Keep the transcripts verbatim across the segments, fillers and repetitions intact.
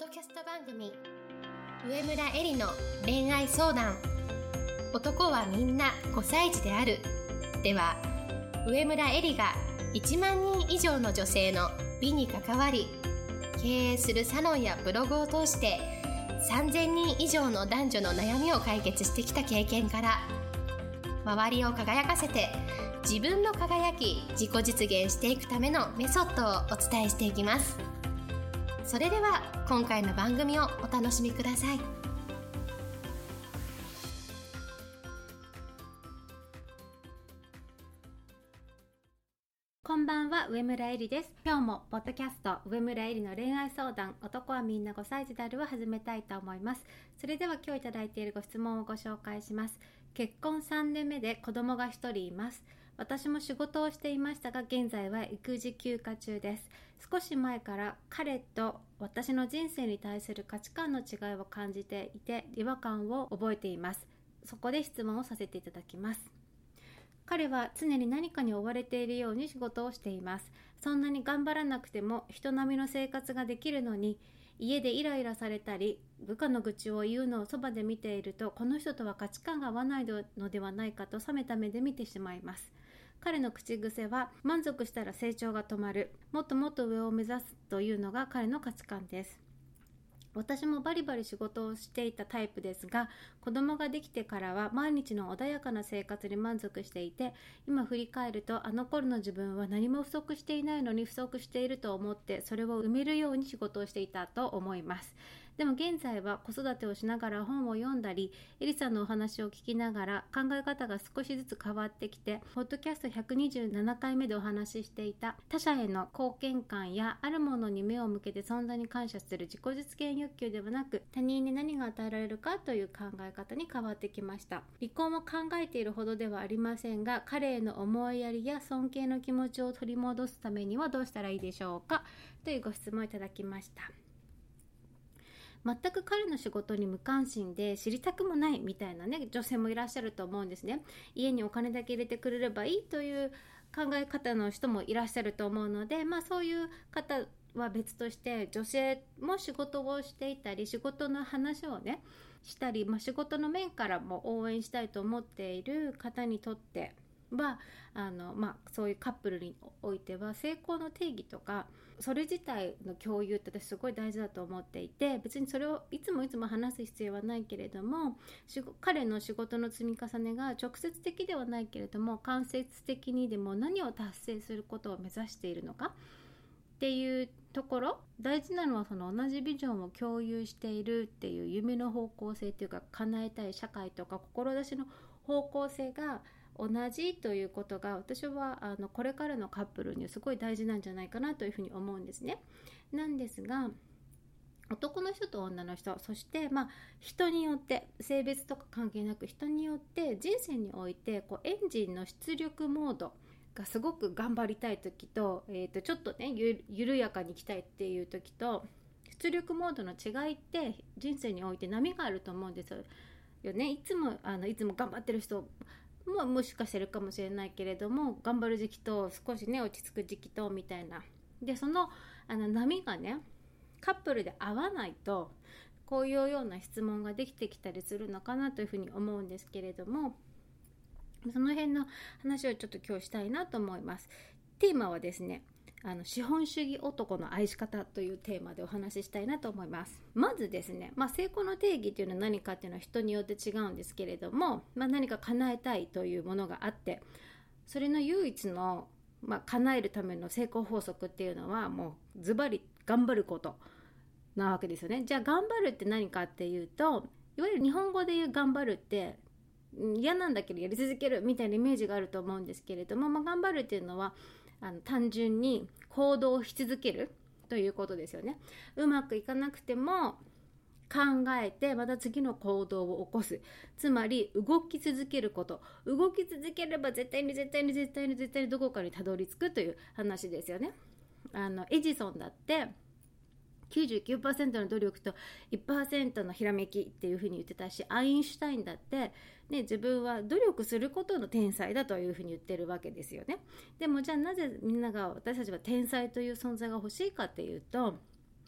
ドキャスト番組上村えりの恋愛相談。男はみんなごさい児であるでは、上村えりがいちまんにん以上の女性の美に関わり、経営するサロンやブログを通してさんぜんにん以上の男女の悩みを解決してきた経験から、周りを輝かせて自分の輝き自己実現していくためのメソッドをお伝えしていきます。それでは今回の番組をお楽しみください。 こんばんは、上村えりです。今日もポッドキャスト上村えりの恋愛相談、男はみんなごさい児であるを始めたいと思います。それでは今日いただいているご質問をご紹介します。結婚さんねんめで子供がひとりいます。私も仕事をしていましたが、現在は育児休暇中です。少し前から彼と私の人生に対する価値観の違いを感じていて、違和感を覚えています。そこで質問をさせていただきます。彼は常に何かに追われているように仕事をしています。そんなに頑張らなくても人並みの生活ができるのに、家でイライラされたり部下の愚痴を言うのをそばで見ていると、この人とは価値観が合わないのではないかと冷めた目で見てしまいます。彼の口癖は、満足したら成長が止まる、もっともっと上を目指すというのが彼の価値観です。私もバリバリ仕事をしていたタイプですが、子供ができてからは毎日の穏やかな生活に満足していて、今振り返るとあの頃の自分は何も不足していないのに不足していると思って、それを埋めるように仕事をしていたと思います。でも現在は子育てをしながら本を読んだり、エリさんのお話を聞きながら考え方が少しずつ変わってきて、ポッドキャストひゃくにじゅうななかいめでお話ししていた他者への貢献感やあるものに目を向けて存在に感謝する自己実現欲求ではなく、他人に何が与えられるかという考え方に変わってきました。離婚を考えているほどではありませんが、彼への思いやりや尊敬の気持ちを取り戻すためにはどうしたらいいでしょうか、というご質問をいただきました。全く彼の仕事に無関心で知りたくもないみたいなね、女性もいらっしゃると思うんですね。家にお金だけ入れてくれればいいという考え方の人もいらっしゃると思うので、まあそういう方は別として、女性も仕事をしていたり、仕事の話をねしたり、まあ、仕事の面からも応援したいと思っている方にとっては、あの、まあ、そういうカップルにおいては成功の定義とかそれ自体の共有って私すごい大事だと思っていて、別にそれをいつもいつも話す必要はないけれども、彼の仕事の積み重ねが直接的ではないけれども間接的にでも何を達成することを目指しているのかっていうところ、大事なのはその同じビジョンを共有しているっていう夢の方向性というか、叶えたい社会とか志の方向性が同じということが、私はあのこれからのカップルにはすごい大事なんじゃないかなというふうに思うんですね。なんですが、男の人と女の人、そしてまあ人によって、性別とか関係なく人によって人生においてこうエンジンの出力モードがすごく頑張りたい時と、えー、とちょっとねゆ緩やかに行きたいっていう時と、出力モードの違いって人生において波があると思うんですよね。いつもあのいつも頑張ってる人ももしかしてるかもしれないけれども、頑張る時期と少しね落ち着く時期とみたいな、でそのあの波がねカップルで合わないと、こういうような質問ができてきたりするのかなというふうに思うんですけれども、その辺の話をちょっと今日したいなと思います。テーマはですね、あの資本主義男の愛し方というテーマでお話ししたいなと思います。まずですね、まあ、成功の定義というのは何かっていうのは人によって違うんですけれども、まあ、何か叶えたいというものがあって、それの唯一の、まあ、叶えるための成功法則っていうのはもうズバリ頑張ることなわけですよね。じゃあ頑張るって何かっていうと、いわゆる日本語で言う頑張るって嫌なんだけどやり続けるみたいなイメージがあると思うんですけれども、まあ、頑張るっていうのはあの単純に行動し続けるということですよね。うまくいかなくても考えてまた次の行動を起こす、つまり動き続けること。動き続ければ絶対に絶対に絶対に絶対にどこかにたどり着くという話ですよね。あのエジソンだってきゅうじゅうきゅうパーセント の努力と いちパーセント のひらめきっていうふうに言ってたし、アインシュタインだって、ね、自分は努力することの天才だというふうに言ってるわけですよね。でもじゃあなぜみんなが、私たちは天才という存在が欲しいかっていうと、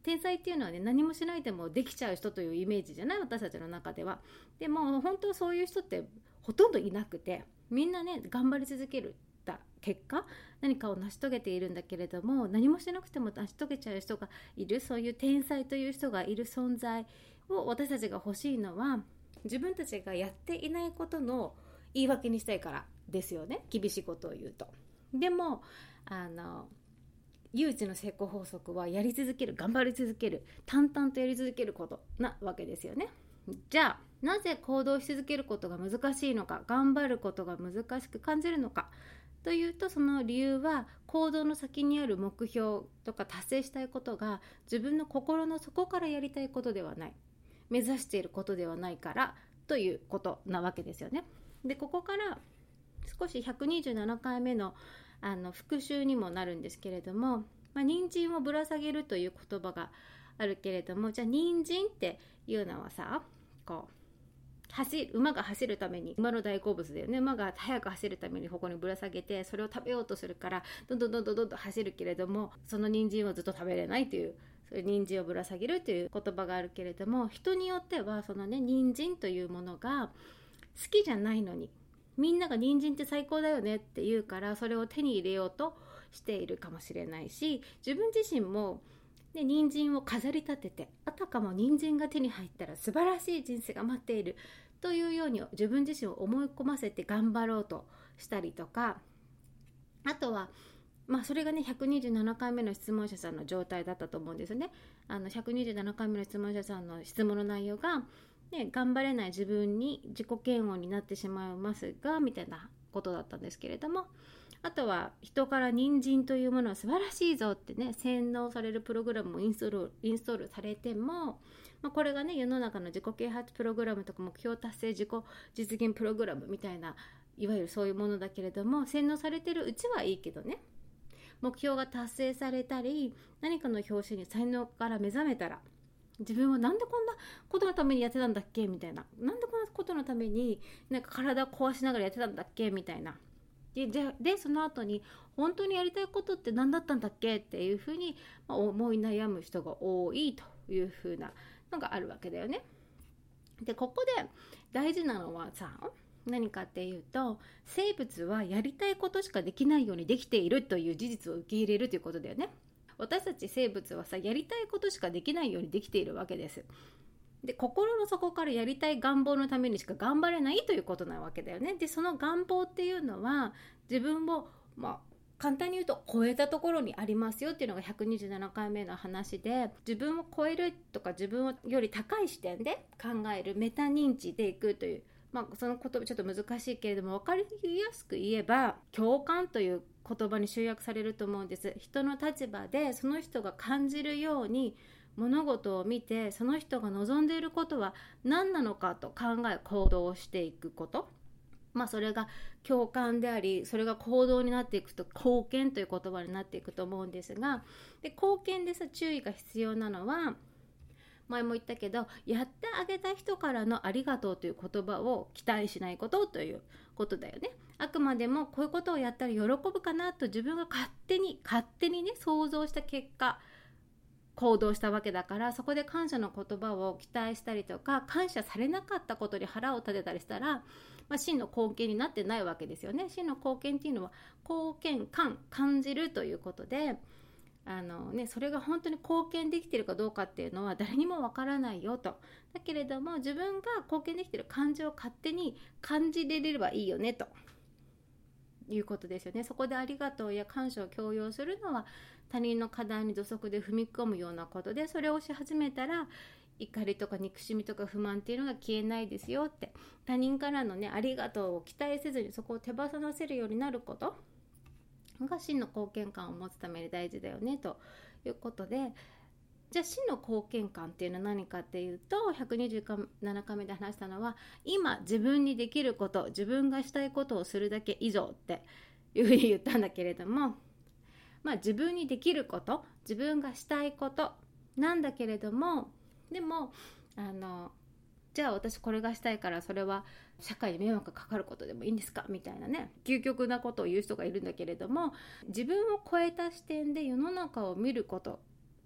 天才っていうのはね、何もしないでもできちゃう人というイメージじゃない、私たちの中では。でも本当そういう人ってほとんどいなくて、みんなね頑張り続ける結果何かを成し遂げているんだけれども、何もしなくても成し遂げちゃう人がいる、そういう天才という人がいる存在を私たちが欲しいのは、自分たちがやっていないことの言い訳にしたいからですよね。厳しいことを言うと。でもあの唯一の成功法則はやり続ける、頑張り続ける、淡々とやり続けることなわけですよね。じゃあなぜ行動し続けることが難しいのか、頑張ることが難しく感じるのかというと、その理由は行動の先にある目標とか達成したいことが自分の心の底からやりたいことではない、目指していることではないからということなわけですよね。でここから少しひゃくにじゅうななかいめのあの復習にもなるんですけれども、まあ、人参をぶら下げるという言葉があるけれども、じゃあ人参っていうのはさ、こう走る馬が走るために、馬の大好物だよね。馬が速く走るためにここにぶら下げて、それを食べようとするからどんどんどんどんどんどん走るけれども、その人参をずっと食べれないという、そういう人参をぶら下げるという言葉があるけれども、人によってはそのね人参というものが好きじゃないのに、みんなが人参って最高だよねって言うからそれを手に入れようとしているかもしれないし、自分自身もで人参を飾り立てて、あたかも人参が手に入ったら素晴らしい人生が待っているというように自分自身を思い込ませて頑張ろうとしたりとか、あとはまあそれがねひゃくにじゅうななかいめの質問者さんの状態だったと思うんですよね。あのひゃくにじゅうななかいめの質問者さんの質問の内容が、ね、頑張れない自分に自己嫌悪になってしまいますがみたいなことだったんですけれども、あとは人から人参というものは素晴らしいぞってね洗脳されるプログラムをインストール、インストールされても、まあ、これがね世の中の自己啓発プログラムとか目標達成自己実現プログラムみたいな、いわゆるそういうものだけれども、洗脳されてるうちはいいけどね、目標が達成されたり何かの表紙に才能から目覚めたら、自分はなんでこんなことのためにやってたんだっけみたいな、なんでこんなことのためになんか体を壊しながらやってたんだっけみたいな、で, で, でその後に本当にやりたいことって何だったんだっけっていうふうに思い悩む人が多いというふうなのがあるわけだよね。でここで大事なのはさ、何かっていうと、生物はやりたいことしかできないようにできているという事実を受け入れるということだよね。私たち生物はさ、やりたいことしかできないようにできているわけです。で心の底からやりたい願望のためにしか頑張れないということなわけだよね。でその願望っていうのは自分を、まあ、簡単に言うと超えたところにありますよっていうのがひゃくにじゅうななかいめの話で、自分を超えるとか自分より高い視点で考えるメタ認知でいくという、まあ、その言葉ちょっと難しいけれども分かりやすく言えば共感という言葉に集約されると思うんです。人の立場でその人が感じるように物事を見て、その人が望んでいることは何なのかと考え行動をしていくこと、まあそれが共感であり、それが行動になっていくと貢献という言葉になっていくと思うんですが、で貢献でさ注意が必要なのは、前も言ったけど、やってあげた人からのありがとうという言葉を期待しないことということだよね。あくまでもこういうことをやったら喜ぶかなと自分が勝手に勝手にね想像した結果行動したわけだから、そこで感謝の言葉を期待したりとか、感謝されなかったことに腹を立てたりしたら、まあ、真の貢献になってないわけですよね。真の貢献っていうのは貢献感、感じるということで、あのね、それが本当に貢献できているかどうかっていうのは誰にもわからないよと。だけれども自分が貢献できている感情を勝手に感じれればいいよねということですよね。そこでありがとうや感謝を強要するのは他人の課題に土足で踏み込むようなことで、それをし始めたら怒りとか憎しみとか不満っていうのが消えないですよって。他人からのねありがとうを期待せずにそこを手放せるようになることが真の貢献感を持つために大事だよねということで、じゃあ真の貢献感っていうのは何かっていうと、ひゃくにじゅうななかいめで話したのは、今自分にできること、自分がしたいことをするだけ以上っていうふうに言ったんだけれども、まあ自分にできること、自分がしたいことなんだけれども、でもあのじゃあ私これがしたいからそれは社会に迷惑がかかることでもいいんですかみたいなね、究極なことを言う人がいるんだけれども、自分を超えた視点で世の中を見ること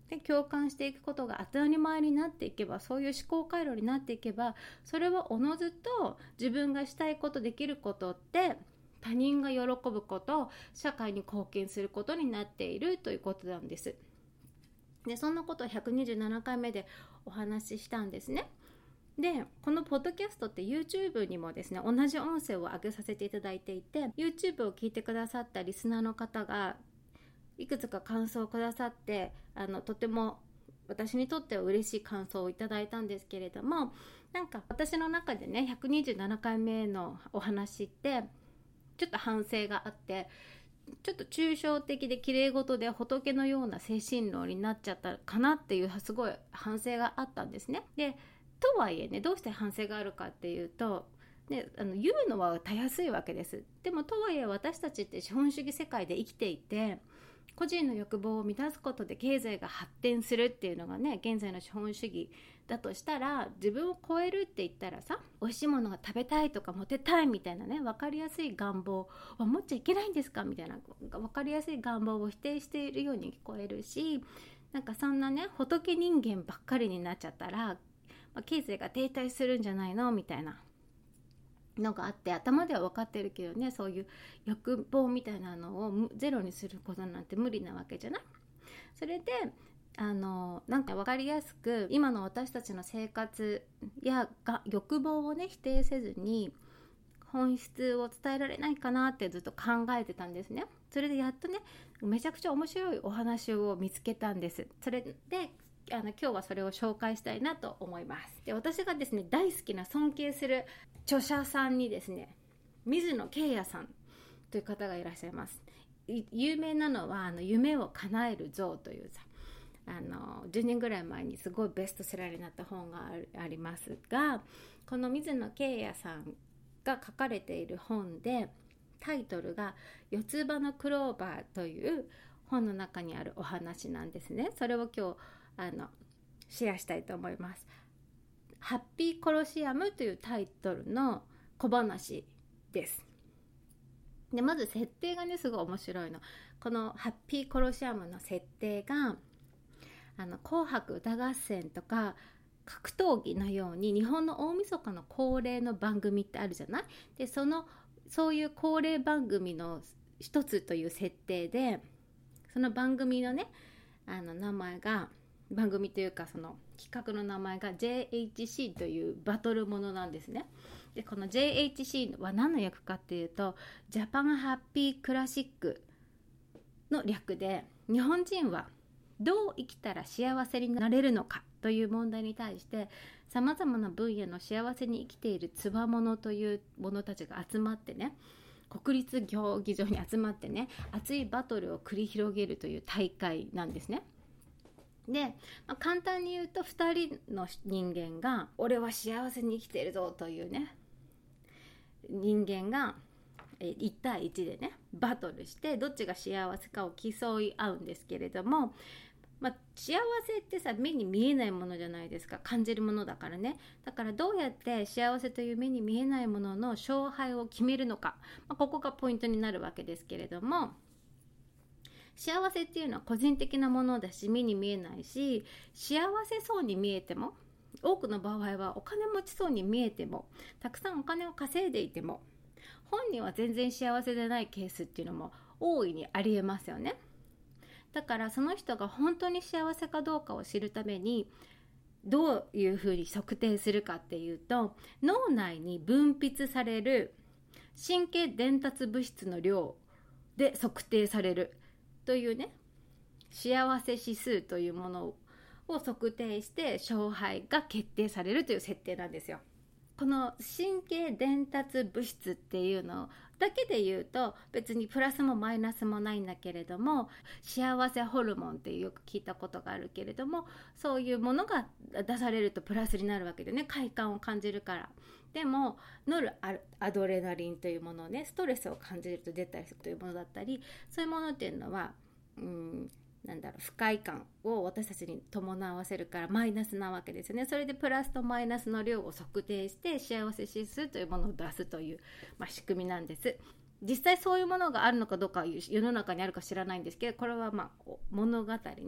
で共感していくことが当たり前になっていけば、そういう思考回路になっていけば、それはおのずと自分がしたいこと、できることって他人が喜ぶこと、社会に貢献することになっているということなんです。でそんなことをひゃくにじゅうななかいめでお話ししたんですね。でこのポッドキャストって YouTube にもですね、同じ音声を上げさせていただいていて、 YouTube を聞いてくださったリスナーの方がいくつか感想をくださって、あのとても私にとっては嬉しい感想をいただいたんですけれども、なんか私の中でね、ひゃくにじゅうななかいめのお話ってちょっと反省があって、ちょっと抽象的で綺麗事で仏のような精神論になっちゃったかなっていうすごい反省があったんですね。でとはいえね、どうして反省があるかっていうと、ね、あの言うのはたやすいわけです。でもとはいえ私たちって資本主義世界で生きていて、個人の欲望を満たすことで経済が発展するっていうのがね、現在の資本主義だとしたら、自分を超えるって言ったらさ、美味しいものが食べたいとかモテたいみたいなね、分かりやすい願望は持っちゃいけないんですかみたいな分かりやすい願望を否定しているように聞こえるし、なんかそんなね仏人間ばっかりになっちゃったら、まあ、経済が停滞するんじゃないのみたいなのがあって、頭では分かってるけどね、そういう欲望みたいなのをゼロにすることなんて無理なわけじゃない。それであのなんか分かりやすく今の私たちの生活やが欲望をね否定せずに本質を伝えられないかなってずっと考えてたんですね。それでやっとねめちゃくちゃ面白いお話を見つけたんです。それであの今日はそれを紹介したいなと思います。で私がですね大好きな尊敬する著者さんにですね、水野慶也さんという方がいらっしゃいます。有名なのはあの夢を叶える像というさ、あのじゅうねんぐらい前にすごいベストセラーになった本が あ, ありますが、この水野慶也さんが書かれている本で、タイトルが四つ葉のクローバーという本の中にあるお話なんですね。それを今日あのシェアしたいと思います。ハッピーコロシアムというタイトルの小話です。でまず設定がねすごい面白いの。このハッピーコロシアムの設定があの紅白歌合戦とか格闘技のように日本の大晦日の恒例の番組ってあるじゃない。でそのそういう恒例番組の一つという設定で、その番組のねあの名前が番組というかその企画の名前が ジェイエイチシー というバトルものなんですね。でこの ジェイエイチシー は何の略かっていうとジャパンハッピークラシックの略で、日本人はどう生きたら幸せになれるのかという問題に対してさまざまな分野の幸せに生きているつわものという者たちが集まってね、国立競技場に集まってね熱いバトルを繰り広げるという大会なんですね。で、まあ、簡単に言うとふたりの人間が俺は幸せに生きているぞというね人間がいち対いちでねバトルしてどっちが幸せかを競い合うんですけれども、まあ、幸せってさ目に見えないものじゃないですか。感じるものだからね。だからどうやって幸せという目に見えないものの勝敗を決めるのか、まあ、ここがポイントになるわけですけれども、幸せっていうのは個人的なものだし目に見えないし、幸せそうに見えても多くの場合はお金持ちそうに見えてもたくさんお金を稼いでいても本人は全然幸せでないケースっていうのも大いにありえますよね。だからその人が本当に幸せかどうかを知るためにどういうふうに測定するかっていうと、脳内に分泌される神経伝達物質の量で測定されるというね幸せ指数というものを測定して勝敗が決定されるという設定なんですよ。この神経伝達物質っていうのだけで言うと別にプラスもマイナスもないんだけれども、幸せホルモンってよく聞いたことがあるけれども、そういうものが出されるとプラスになるわけでね、快感を感じるから。でもノルアドレナリンというものをねストレスを感じると出たりするというものだったり、そういうものっていうのはうんなんだろう不快感を私たちに伴わせるからマイナスなわけですね。それでプラスとマイナスの量を測定して幸せ指数というものを出すという、まあ、仕組みなんです。実際そういうものがあるのかどうか世の中にあるか知らないんですけど、これはまあ物語ね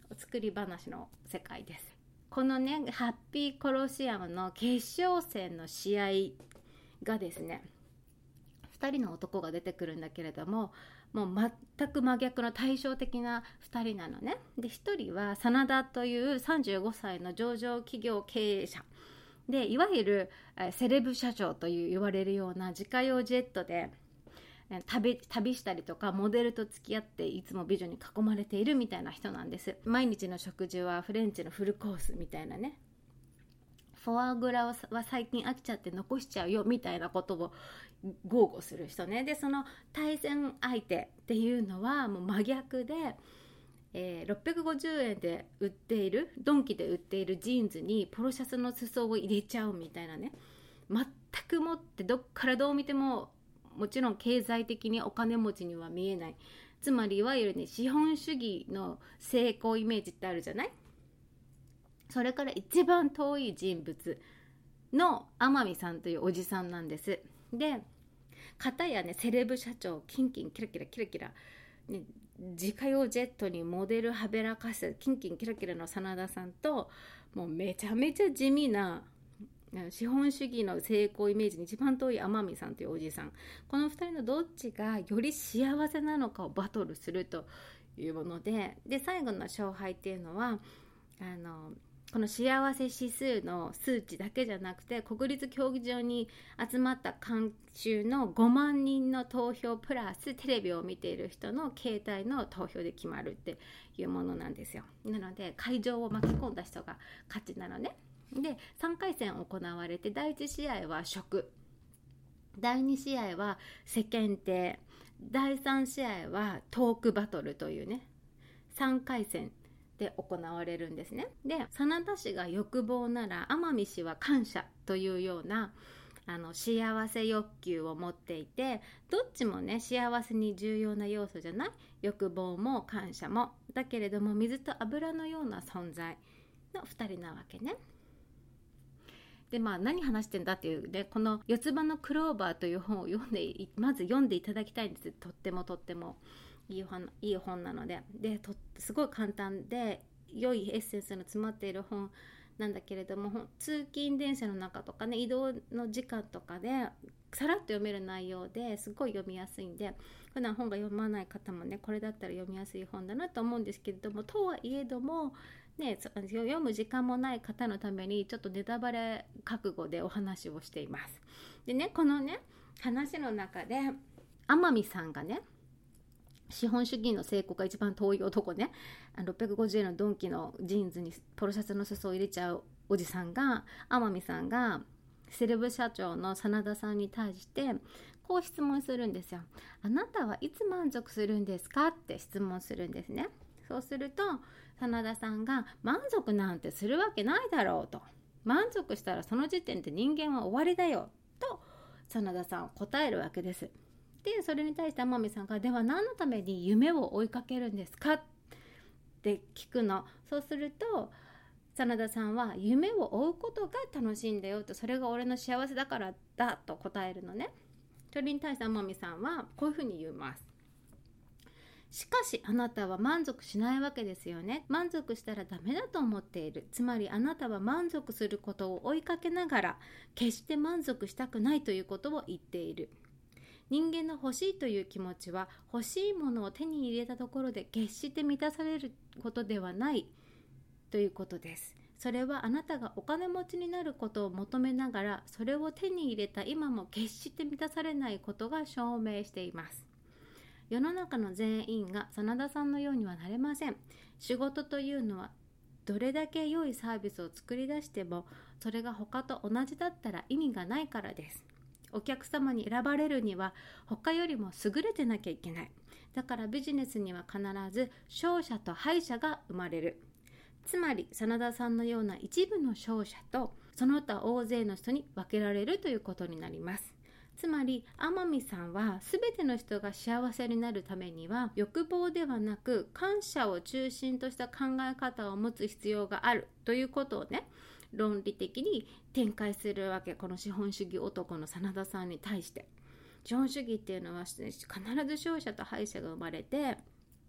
作り話の世界です。このねハッピーコロシアムの決勝戦の試合がですね、ふたりの男が出てくるんだけれども、もう全く真逆の対照的なふたりなのね。でひとりは真田というさんじゅうごさいの上場企業経営者で、いわゆるセレブ社長という言われるような自家用ジェットで旅, 旅したりとかモデルと付き合っていつも美女に囲まれているみたいな人なんです。毎日の食事はフレンチのフルコースみたいなね、フォアグラは最近飽きちゃって残しちゃうよみたいなことを豪語する人ね。でその対戦相手っていうのはもう真逆で、えー、ろっぴゃくごじゅうえんで売っているドンキで売っているジーンズにポロシャツの裾を入れちゃうみたいなね、全くもってどっからどう見てももちろん経済的にお金持ちには見えない、つまりいわゆるね資本主義の成功イメージってあるじゃない。それから一番遠い人物の天海さんというおじさんなんです。で片やねセレブ社長キンキンキラキラキラキラ、ね、自家用ジェットにモデルはべらかすキンキンキラキラの真田さんと、もうめちゃめちゃ地味な資本主義の成功イメージに一番遠い天海さんというおじさん、このふたりのどっちがより幸せなのかをバトルするというもので、で最後の勝敗っていうのはあのこの幸せ指数の数値だけじゃなくて、国立競技場に集まった観衆のごまんにんの投票プラステレビを見ている人の携帯の投票で決まるっていうものなんですよ。なので会場を巻き込んだ人が勝ちなのね。でさんかいせん行われて、だいいち試合は食、だいに試合は世間体、だいさん試合はトークバトルというねさんかいせんで行われるんですね。で真田氏が欲望なら天海氏は感謝というようなあの幸せ欲求を持っていて、どっちもね幸せに重要な要素じゃない、欲望も感謝も。だけれども水と油のような存在のふたりなわけね。でまあ何話してんだっていうで、この四つ葉のクローバーという本を読んでまず読んでいただきたいんです。とってもとってもいい本、いい本なので、でとすごい簡単で良いエッセンスの詰まっている本なんだけれども、通勤電車の中とかね、移動の時間とかでさらっと読める内容ですごい読みやすいんで、普段本が読まない方もねこれだったら読みやすい本だなと思うんですけれども、とはいえどもね、読む時間もない方のためにちょっとネタバレ覚悟でお話をしています。でねこのね話の中で天海さんがね、資本主義の成功が一番遠い男ね、ろっぴゃくごじゅうえんのドンキのジーンズにポロシャツの裾を入れちゃうおじさんが、天海さんがセレブ社長の真田さんに対してこう質問するんですよ。あなたはいつ満足するんですかって質問するんですね。そうすると真田さんが、満足なんてするわけないだろうと、満足したらその時点で人間は終わりだよと真田さんは答えるわけです。でそれに対して天海さんが、では何のために夢を追いかけるんですかって聞くの。そうすると真田さんは、夢を追うことが楽しいんだよと、それが俺の幸せだからだと答えるのね。それに対して天海さんはこういうふうに言います。しかしあなたは満足しないわけですよね。満足したらダメだと思っている。つまりあなたは満足することを追いかけながら決して満足したくないということを言っている。人間の欲しいという気持ちは欲しいものを手に入れたところで決して満たされることではないということです。それはあなたがお金持ちになることを求めながらそれを手に入れた今も決して満たされないことが証明しています。世の中の全員が真田さんのようにはなれません。仕事というのはどれだけ良いサービスを作り出してもそれが他と同じだったら意味がないからです。お客様に選ばれるには他よりも優れてなきゃいけない。だからビジネスには必ず勝者と敗者が生まれる。つまり真田さんのような一部の勝者とその他大勢の人に分けられるということになります。つまり天海さんは全ての人が幸せになるためには欲望ではなく感謝を中心とした考え方を持つ必要があるということをね論理的に展開するわけ。この資本主義男の真田さんに対して、資本主義っていうのは必ず勝者と敗者が生まれて、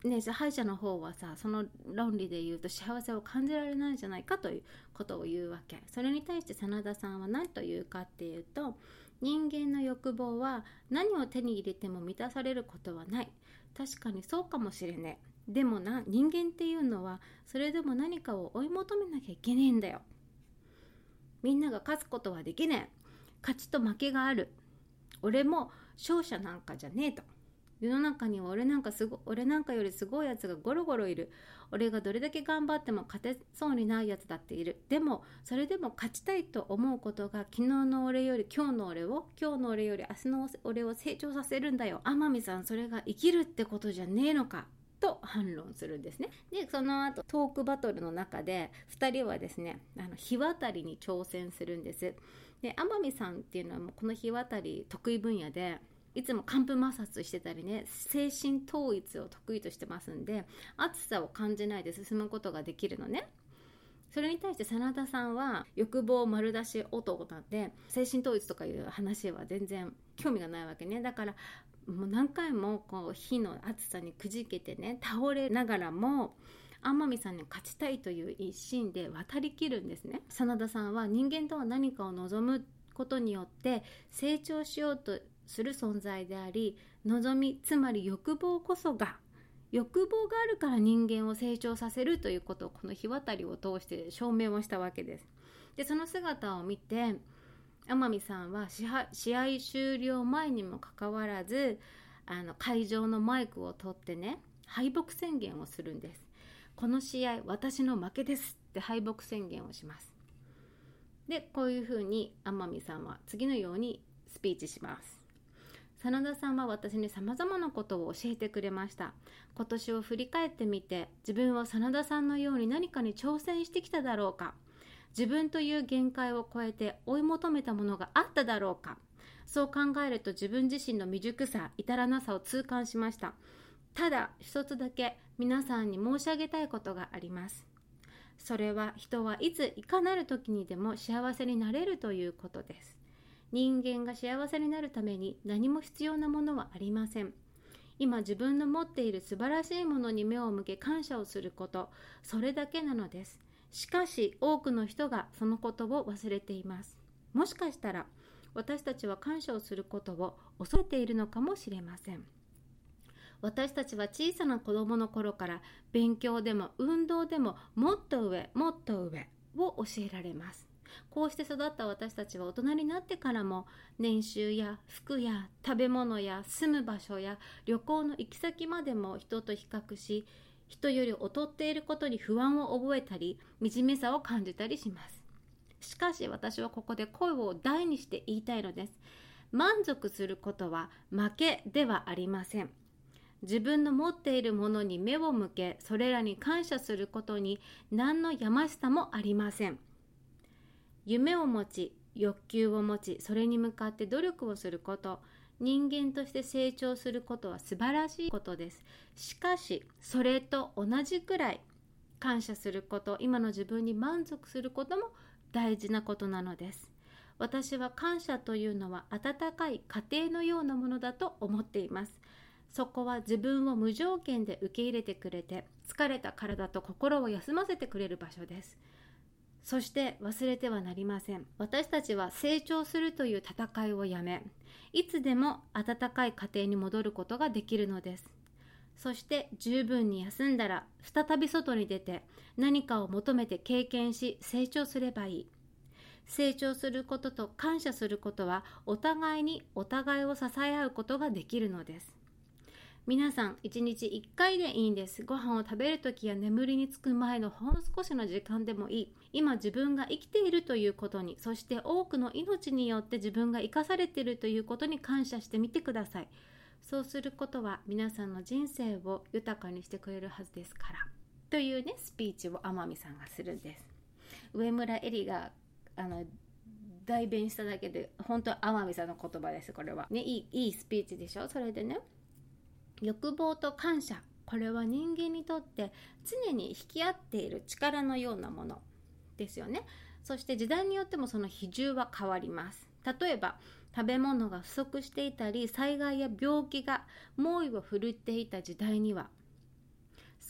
ね、歯医者の方はさ、その論理で言うと幸せを感じられないんじゃないかということを言うわけ。それに対して真田さんは何と言うかっていうと、人間の欲望は何を手に入れても満たされることはない。確かにそうかもしれねえ。でもな、人間っていうのはそれでも何かを追い求めなきゃいけねえんだよ。みんなが勝つことはできねえ。勝ちと負けがある。俺も勝者なんかじゃねえと。世の中には俺なんかすご俺なんかよりすごいやつがゴロゴロいる。俺がどれだけ頑張っても勝てそうにないやつだっている。でもそれでも勝ちたいと思うことが昨日の俺より今日の俺を今日の俺より明日の俺を成長させるんだよ。天海さん、それが生きるってことじゃねえのかと反論するんですね。でその後トークバトルの中でふたりはですね、あの火渡りに挑戦するんです。で天海さんっていうのはもうこの火渡り得意分野で、いつも寒風摩擦してたりね、精神統一を得意としてますんで、暑さを感じないで進むことができるのね。それに対して真田さんは欲望丸出し男なんで、精神統一とかいう話は全然興味がないわけね。だからもう何回もこう火の暑さにくじけてね、倒れながらも天海さんに勝ちたいという一心で渡りきるんですね。真田さんは人間とは何かを望むことによって成長しようとする存在であり、望み、つまり欲望こそが、欲望があるから人間を成長させるということをこの火渡りを通して証明をしたわけです。でその姿を見て天海さんは試合終了前にもかかわらず、あの会場のマイクを取ってね、敗北宣言をするんです。この試合私の負けですって敗北宣言をします。でこういうふうに天海さんは次のようにスピーチします。真田さんは私に様々なことを教えてくれました。今年を振り返ってみて、自分は真田さんのように何かに挑戦してきただろうか、自分という限界を超えて追い求めたものがあっただろうか。そう考えると自分自身の未熟さ、至らなさを痛感しました。ただ一つだけ皆さんに申し上げたいことがあります。それは人はいついかなる時にでも幸せになれるということです。人間が幸せになるために何も必要なものはありません。今自分の持っている素晴らしいものに目を向け感謝をすること、それだけなのです。しかし多くの人がそのことを忘れています。もしかしたら私たちは感謝をすることを恐れているのかもしれません。私たちは小さな子供の頃から勉強でも運動でももっと上もっと上を教えられます。こうして育った私たちは大人になってからも年収や服や食べ物や住む場所や旅行の行き先までも人と比較し、人より劣っていることに不安を覚えたり惨めさを感じたりします。しかし私はここで声を大にして言いたいのです。満足することは負けではありません。自分の持っているものに目を向け、それらに感謝することに何のやましさもありません。夢を持ち、欲求を持ち、それに向かって努力をすること、人間として成長することは素晴らしいことです。しかし、それと同じくらい感謝すること、今の自分に満足することも大事なことなのです。私は感謝というのは温かい家庭のようなものだと思っています。そこは自分を無条件で受け入れてくれて、疲れた体と心を休ませてくれる場所です。そして忘れてはなりません。私たちは成長するという戦いをやめ、いつでも温かい家庭に戻ることができるのです。そして十分に休んだら再び外に出て何かを求めて経験し成長すればいい。成長することと感謝することはお互いにお互いを支え合うことができるのです。皆さんいちにちいっかいでいいんです。ご飯を食べるときや眠りにつく前のほんの少しの時間でもいい。今自分が生きているということに、そして多くの命によって自分が生かされているということに感謝してみてください。そうすることは皆さんの人生を豊かにしてくれるはずですから。というね、スピーチを天海さんがするんです。上村えりがあの代弁しただけで本当天海さんの言葉です。これはね、いい、いいスピーチでしょ。それでね、欲望と感謝、これは人間にとって常に引き合っている力のようなものですよね。そして時代によってもその比重は変わります。例えば食べ物が不足していたり、災害や病気が猛威を振るっていた時代には、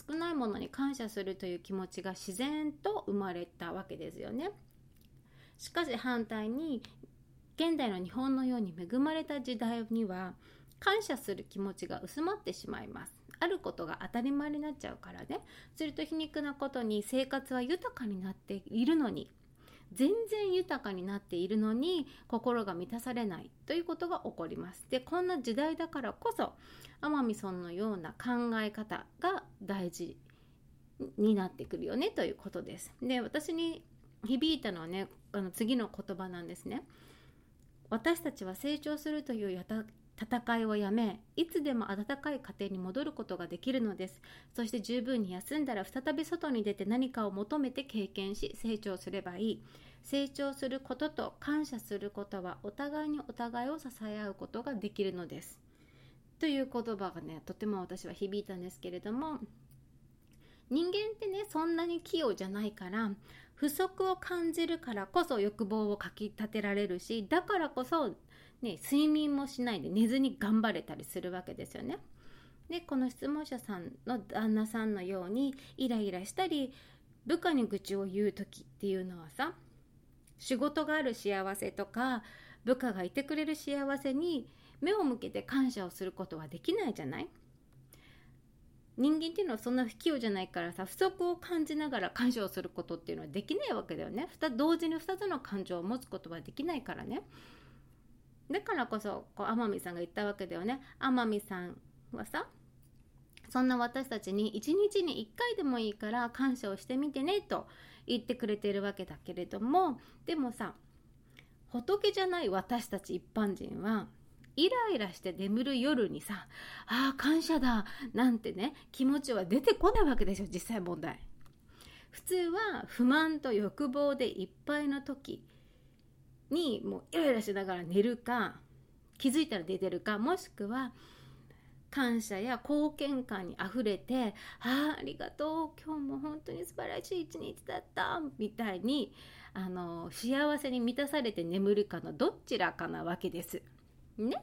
少ないものに感謝するという気持ちが自然と生まれたわけですよね。しかし反対に現代の日本のように恵まれた時代には感謝する気持ちが薄まってしまいます。あることが当たり前になっちゃうからね。すると皮肉なことに生活は豊かになっているのに、全然豊かになっているのに心が満たされないということが起こります。で、こんな時代だからこそ天海さんのような考え方が大事になってくるよねということです。で、私に響いたのはね、あの次の言葉なんですね。私たちは成長するというやた戦いをやめ、いつでも温かい家庭に戻ることができるのです。そして十分に休んだら再び外に出て何かを求めて経験し成長すればいい。成長することと感謝することはお互いにお互いを支え合うことができるのです。という言葉がね、とても私は響いたんですけれども、人間ってね、そんなに器用じゃないから、不足を感じるからこそ欲望をかき立てられるし、だからこそね、睡眠もしないで寝ずに頑張れたりするわけですよね。で、この質問者さんの旦那さんのようにイライラしたり部下に愚痴を言う時っていうのはさ、仕事がある幸せとか部下がいてくれる幸せに目を向けて感謝をすることはできないじゃない。人間っていうのはそんな不器用じゃないからさ、不足を感じながら感謝をすることっていうのはできないわけだよね。同時にふたつの感情を持つことはできないからね。だからこそこう天海さんが言ったわけだよね。天海さんはさ、そんな私たちにいちにちにいっかいでもいいから感謝をしてみてねと言ってくれているわけだけれども、でもさ、仏じゃない私たち一般人はイライラして眠る夜にさ、ああ感謝だなんてね、気持ちは出てこないわけですよ、実際問題。普通は不満と欲望でいっぱいの時にもうイライラしながら寝るか、気づいたら出てるか、もしくは感謝や貢献感にあふれて、ああありがとう、今日も本当に素晴らしい一日だったみたいにあの幸せに満たされて眠るかのどちらかなわけですね。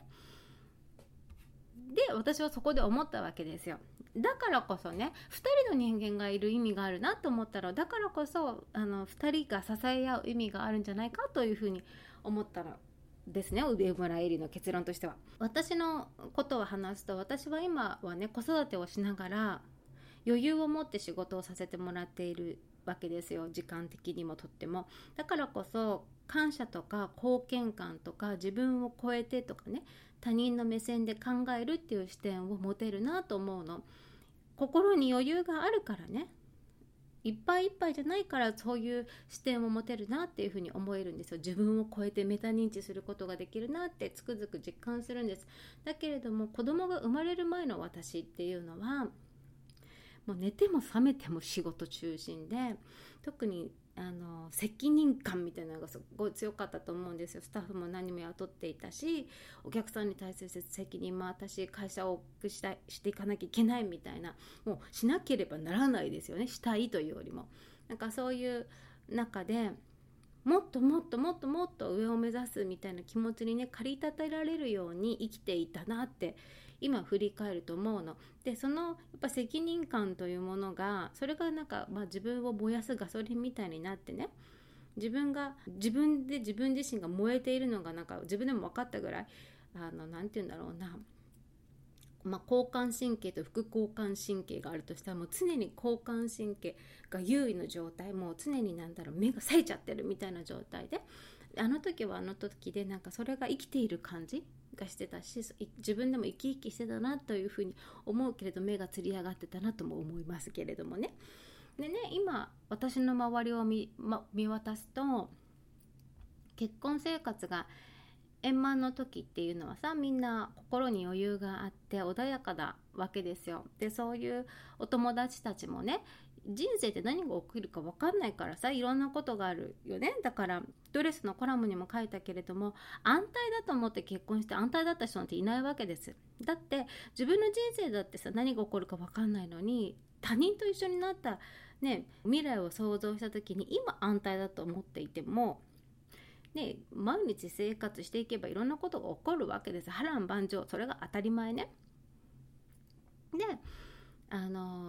で、私はそこで思ったわけですよ。だからこそね、ふたりの人間がいる意味があるなと思ったら、だからこそあのふたりが支え合う意味があるんじゃないかというふうに思ったらですね、上村えりの結論としては。私のことを話すと、私は今はね、子育てをしながら余裕を持って仕事をさせてもらっているわけですよ、時間的にもとっても。だからこそ感謝とか貢献感とか自分を超えてとかね、他人の目線で考えるっていう視点を持てるなと思うの。心に余裕があるからね、いっぱいいっぱいじゃないからそういう視点を持てるなっていうふうに思えるんですよ。自分を超えてメタ認知することができるなってつくづく実感するんです。だけれども子供が生まれる前の私っていうのはもう寝ても覚めても仕事中心で、特にあの責任感みたいなのがすごい強かったと思うんですよ。スタッフも何も雇っていたし、お客さんに対する責任も私会社を大きくしたいしていかなきゃいけないみたいな、もうしなければならないですよね、したいというよりも。なんかそういう中でもっともっともっともっと上を目指すみたいな気持ちにね、駆り立てられるように生きていたなって今振り返ると思うので、そのやっぱ責任感というものが、それがなんか、まあ、自分を燃やすガソリンみたいになってね、自分が自分で自分自身が燃えているのがなんか自分でも分かったぐらい、あのなんて言うんだろうな、まあ、交感神経と副交感神経があるとしたら、もう常に交感神経が優位の状態、もう常になんだろう、目が冴えちゃってるみたいな状態で、あの時はあの時でなんかそれが生きている感じがしてたし、自分でも生き生きしてたなというふうに思うけれど、目がつり上がってたなとも思いますけれどもね。でね、今私の周りを 見,、ま、見渡すと、結婚生活が円満の時っていうのはさ、みんな心に余裕があって穏やかなわけですよ。で、そういうお友達たちもね、人生って何が起きるか分かんないからさ、いろんなことがあるよね。だからドレスのコラムにも書いたけれども、安泰だと思って結婚して安泰だった人なんていないわけです。だって自分の人生だってさ、何が起こるか分かんないのに、他人と一緒になったね、未来を想像した時に今安泰だと思っていてもね、毎日生活していけばいろんなことが起こるわけです。波乱万丈、それが当たり前ね。で、あの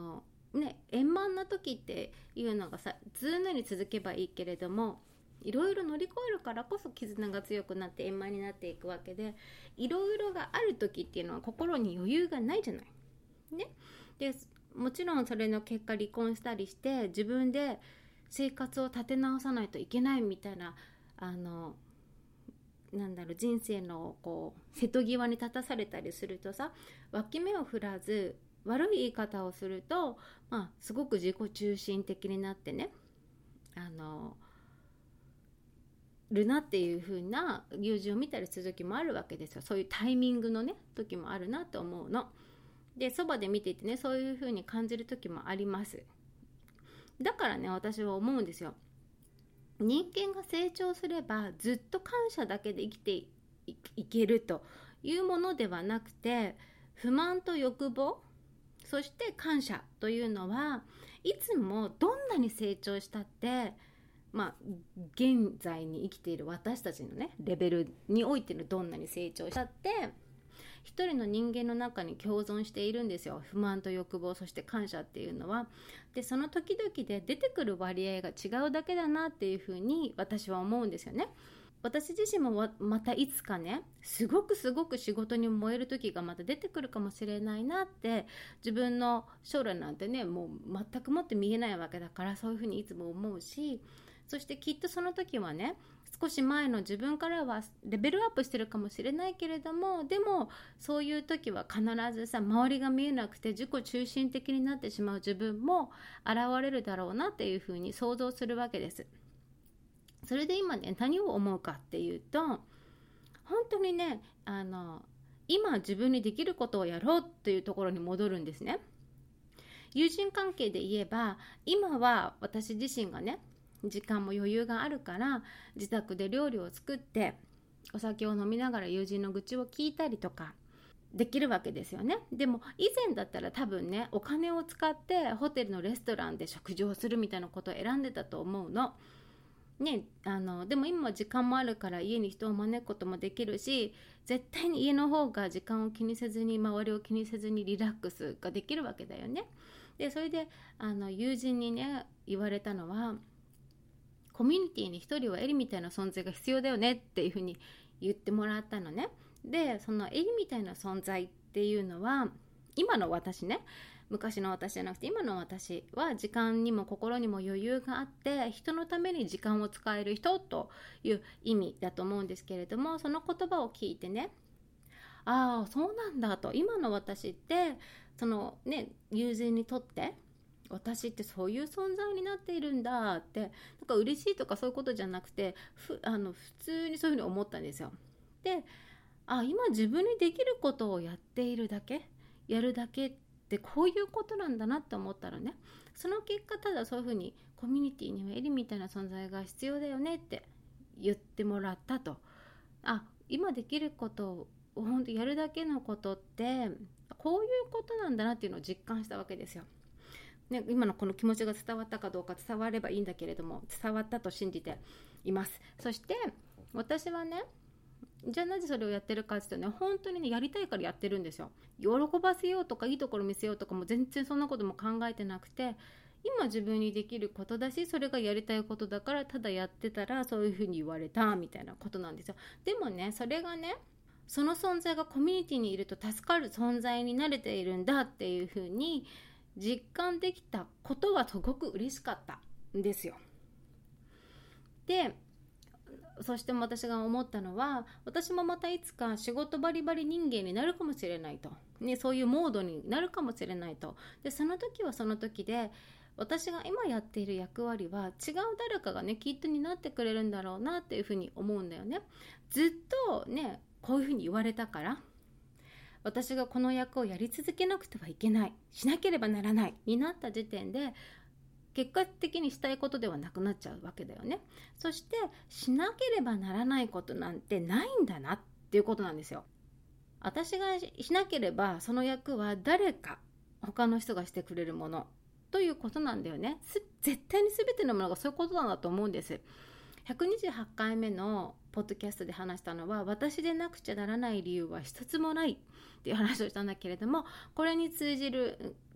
ね、円満な時っていうのがさ、ずんに続けばいいけれども、いろいろ乗り越えるからこそ絆が強くなって円満になっていくわけで、いろいろがある時っていうのは心に余裕がないじゃないね。でもちろんそれの結果離婚したりして自分で生活を立て直さないといけないみたいな、あのなんだろう、人生のこう瀬戸際に立たされたりするとさ、脇目を振らず悪い言い方をすると、まあ、すごく自己中心的になってね、あのるなっていう風な友人を見たりする時もあるわけですよ。そういうタイミングのね時もあるなと思うので、そばで見ていてね、そういう風に感じる時もあります。だからね、私は思うんですよ。人間が成長すればずっと感謝だけで生きて い, いけるというものではなくて、不満と欲望、そして感謝というのはいつもどんなに成長したって、まあ現在に生きている私たちのねレベルにおいてのどんなに成長したって一人の人間の中に共存しているんですよ。不満と欲望、そして感謝っていうのは。でその時々で出てくる割合が違うだけだなっていうふうに私は思うんですよね。私自身もまたいつかね、すごくすごく仕事に燃える時がまた出てくるかもしれないなって、自分の将来なんてねもう全くもって見えないわけだから、そういうふうにいつも思うし、そしてきっとその時はね、少し前の自分からはレベルアップしてるかもしれないけれども、でもそういう時は必ずさ、周りが見えなくて自己中心的になってしまう自分も現れるだろうなっていうふうに想像するわけです。それで今ね、何を思うかっていうと、本当にね、あの今自分にできることをやろうっていうところに戻るんですね。友人関係で言えば、今は私自身がね時間も余裕があるから自宅で料理を作ってお酒を飲みながら友人の愚痴を聞いたりとかできるわけですよね。でも以前だったら多分ね、お金を使ってホテルのレストランで食事をするみたいなことを選んでたと思うのね。あのでも今は時間もあるから家に人を招くこともできるし、絶対に家の方が時間を気にせずに、周りを気にせずにリラックスができるわけだよね。でそれであの友人にね言われたのは、コミュニティに一人はエリみたいな存在が必要だよねっていうふうに言ってもらったのね。でそのエリみたいな存在っていうのは、今の私ね、昔の私じゃなくて今の私は時間にも心にも余裕があって、人のために時間を使える人という意味だと思うんですけれども、その言葉を聞いてね、ああそうなんだと、今の私ってそのね友人にとって私ってそういう存在になっているんだって、なんか嬉しいとかそういうことじゃなくて、ふあの普通にそういうふうに思ったんですよ。で、あ、今自分にできることをやっているだけ、やるだけってこういうことなんだなって思ったらね、その結果ただそういうふうにコミュニティにはエリみたいな存在が必要だよねって言ってもらったと。あ、今できることを本当やるだけのことってこういうことなんだなっていうのを実感したわけですよ。ね、今のこの気持ちが伝わったかどうか、伝わればいいんだけれども、伝わったと信じています。そして私はね、じゃあなぜそれをやってるかっていうとね、本当にねやりたいからやってるんですよ。喜ばせようとかいいところ見せようとかも全然そんなことも考えてなくて、今自分にできることだし、それがやりたいことだからただやってたらそういうふうに言われたみたいなことなんですよ。でもね、それがね、その存在がコミュニティにいると助かる存在になれているんだっていうふうに実感できたことはすごく嬉しかったんですよ。で、そして私が思ったのは、私もまたいつか仕事バリバリ人間になるかもしれないと、ね、そういうモードになるかもしれないと。でその時はその時で、私が今やっている役割は違う誰かがねきっと担ってくれるんだろうなっていうふうに思うんだよね。ずっとねこういうふうに言われたから、私がこの役をやり続けなくてはいけない、しなければならないになった時点で、結果的にしたいことではなくなっちゃうわけだよね。そしてしなければならないことなんてないんだなっていうことなんですよ。私がしなければその役は誰か他の人がしてくれるものということなんだよね。絶対に全てのものがそういうことなんだと思うんです。ひゃくにじゅうはちかいめのポッドキャストで話したのは、私でなくちゃならない理由は一つもないっていう話をしたんだけれども、これに通じる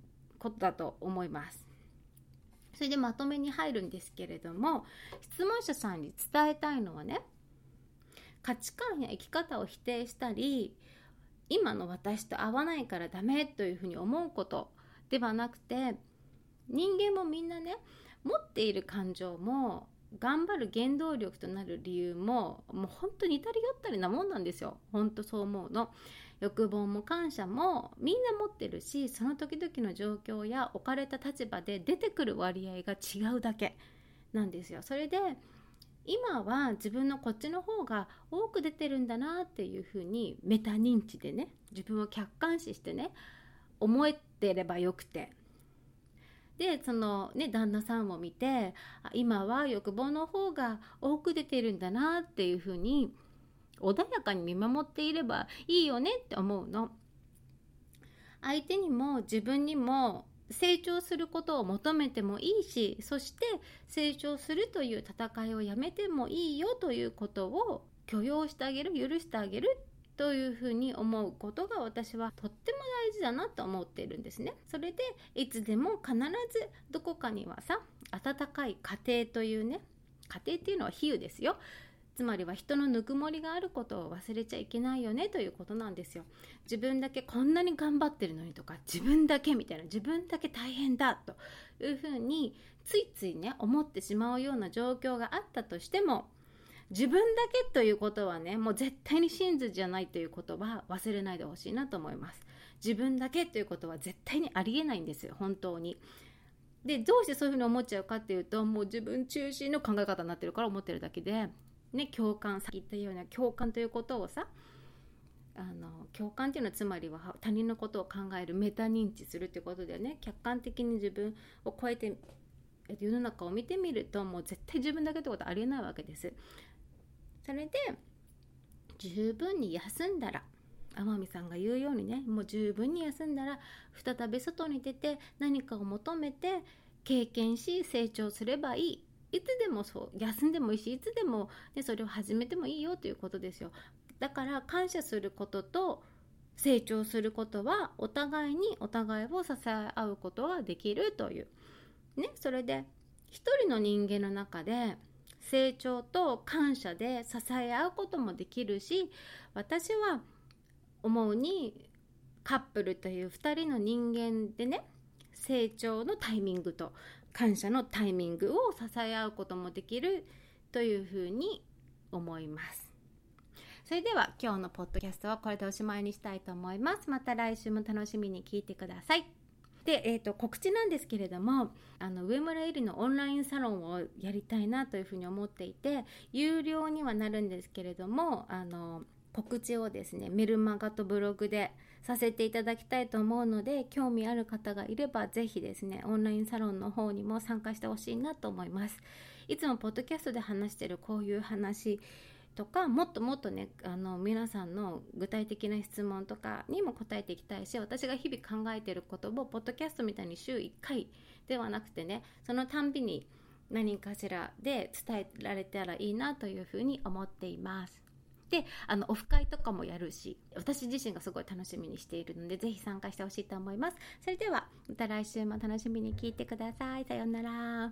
ことだと思います。それでまとめに入るんですけれども、質問者さんに伝えたいのはね、価値観や生き方を否定したり、今の私と合わないからダメというふうに思うことではなくて、人間もみんなね、持っている感情も頑張る原動力となる理由ももう本当に似たり寄ったりなもんなんですよ。本当そう思うの。欲望も感謝もみんな持ってるし、その時々の状況や置かれた立場で出てくる割合が違うだけなんですよ。それで今は自分のこっちの方が多く出てるんだなっていうふうにメタ認知でね、自分を客観視してね、思えてればよくて、でそのね旦那さんを見て、今は欲望の方が多く出てるんだなっていうふうに穏やかに見守っていればいいよねって思うの。相手にも自分にも成長することを求めてもいいし、そして成長するという戦いをやめてもいいよということを許容してあげる、許してあげるというふうに思うことが私はとっても大事だなと思っているんですね。それでいつでも必ずどこかにはさ、温かい家庭というね、家庭っていうのは比喩ですよ。つまりは人のぬくもりがあることを忘れちゃいけないよねということなんですよ。自分だけこんなに頑張ってるのにとか、自分だけみたいな、自分だけ大変だというふうについついね思ってしまうような状況があったとしても、自分だけということはね、もう絶対に真実じゃないということは忘れないでほしいなと思います。自分だけということは絶対にありえないんですよ、本当に。でどうしてそういうふうに思っちゃうかっていうと、もう自分中心の考え方になってるから思ってるだけでね、共感、さっき言ったような共感ということをさ、あの共感っていうのはつまりは他人のことを考える、メタ認知するっていうことでね、客観的に自分を超えて世の中を見てみると、もう絶対自分だけってことはありえないわけです。それで十分に休んだら、天海さんが言うようにね、もう十分に休んだら再び外に出て何かを求めて経験し成長すればいい。いつでもそう、休んでもいいし、いつでも、ね、それを始めてもいいよということですよ。だから感謝することと成長することはお互いにお互いを支え合うことができるという、ね、それで一人の人間の中で成長と感謝で支え合うこともできるし、私は思うにカップルという二人の人間でね、成長のタイミングと感謝のタイミングを支え合うこともできるというふうに思います。それでは今日のポッドキャストはこれでおしまいにしたいと思います。また来週も楽しみに聞いてください。で、えーと、告知なんですけれども、あの上村えりのオンラインサロンをやりたいなというふうに思っていて、有料にはなるんですけれども、あの告知をですね、メルマガとブログでさせていただきたいと思うので、興味ある方がいればぜひですね、オンラインサロンの方にも参加してほしいなと思います。いつもポッドキャストで話しているこういう話とか、もっともっとね、あの皆さんの具体的な質問とかにも答えていきたいし、私が日々考えていることをポッドキャストみたいに週いっかいではなくてね、そのたんびに何かしらで伝えられたらいいなというふうに思っています。で、あのオフ会とかもやるし、私自身がすごい楽しみにしているので、ぜひ参加してほしいと思います。それではまた来週も楽しみに聞いてください。さようなら。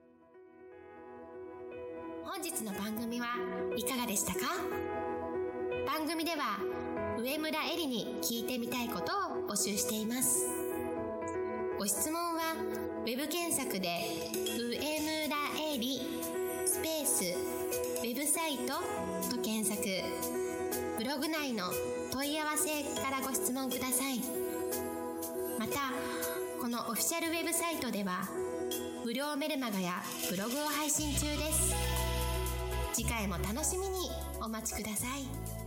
本日の番組はいかがでしたか？番組では上村えりに聞いてみたいことを募集しています。ご質問はウェブ検索で上村えりスペースウェブサイトと検索、ブログ内の問い合わせからご質問ください。またこのオフィシャルウェブサイトでは無料メルマガやブログを配信中です。次回も楽しみにお待ちください。